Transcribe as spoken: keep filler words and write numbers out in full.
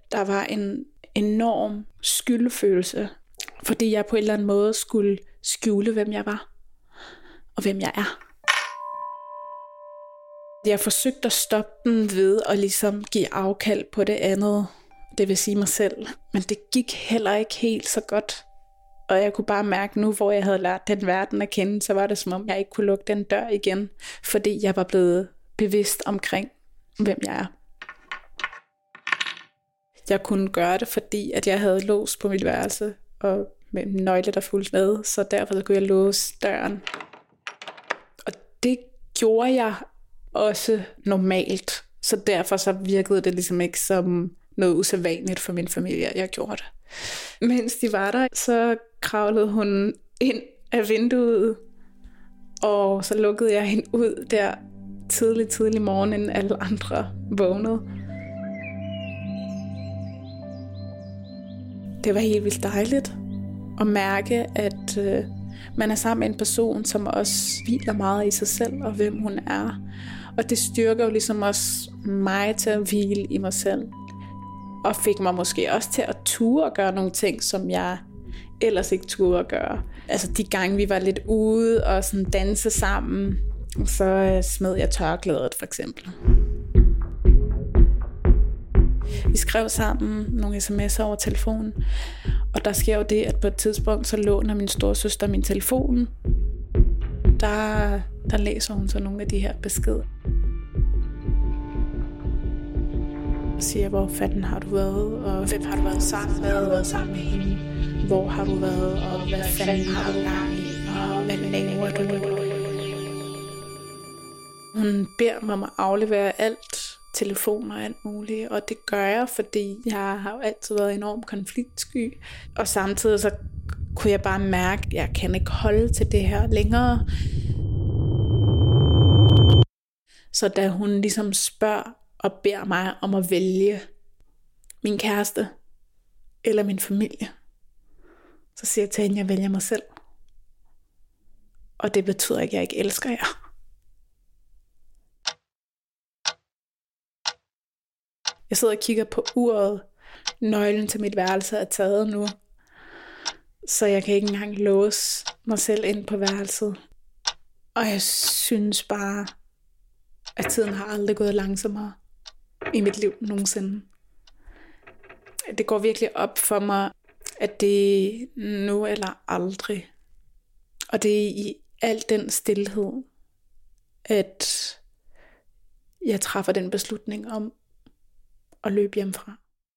der var en enorm skyldfølelse, fordi jeg på en eller anden måde skulle skjule, hvem jeg var og hvem jeg er. Jeg forsøgte at stoppe den ved at ligesom give afkald på det andet, det vil sige mig selv. Men det gik heller ikke helt så godt. Og jeg kunne bare mærke nu, hvor jeg havde lært den verden at kende, så var det som om, jeg ikke kunne lukke den dør igen, fordi jeg var blevet bevidst omkring, hvem jeg er. Jeg kunne gøre det, fordi at jeg havde lås på mit værelse, og med en nøgle, der fulgte med, så derfor så kunne jeg låse døren. Og det gjorde jeg også normalt, så derfor så virkede det ligesom ikke som noget usædvanligt for min familie, at jeg gjorde det. Mens de var der, så kravlede hun ind af vinduet, og så lukkede jeg hende ud der tidlig, tidlig morgen, inden alle andre vågnede. Det var helt vildt dejligt at mærke, at øh, man er sammen med en person, som også hviler meget i sig selv og hvem hun er. Og det styrker jo ligesom også mig til at hvile i mig selv. Og fik mig måske også til at ture og gøre nogle ting, som jeg ellers ikke turde at gøre. Altså de gange, vi var lidt ude og sådan danse sammen, så øh, smed jeg tørklædet for eksempel. Vi skrev sammen nogle sms'er over telefonen, og der sker jo det, at på et tidspunkt, så låner min storesøster min telefon. Der, der læser hun så nogle af de her beskeder. Og siger, hvor fanden har du været, og hvem har du været sammen med, og været sammen med hende? Hvor har du været, og hvad fanden har du gang i, og hvad laver du? Hun beder mig om at aflevere alt, telefoner og alt muligt, og det gør jeg, fordi jeg har jo altid været enormt konfliktsky, og samtidig så kunne jeg bare mærke, at jeg kan ikke holde til det her længere. Så da hun ligesom spørger og beder mig om at vælge min kæreste eller min familie, så siger jeg til hende, at jeg vælger mig selv. Og det betyder ikke, at jeg ikke elsker jer. Jeg sidder og kigger på uret. Nøglen til mit værelse er taget nu. Så jeg kan ikke engang låse mig selv ind på værelset. Og jeg synes bare, at tiden har aldrig gået langsommere i mit liv nogensinde. Det går virkelig op for mig, at det er nu eller aldrig. Og det er i al den stilhed, at jeg træffer den beslutning om at løbe hjemmefra.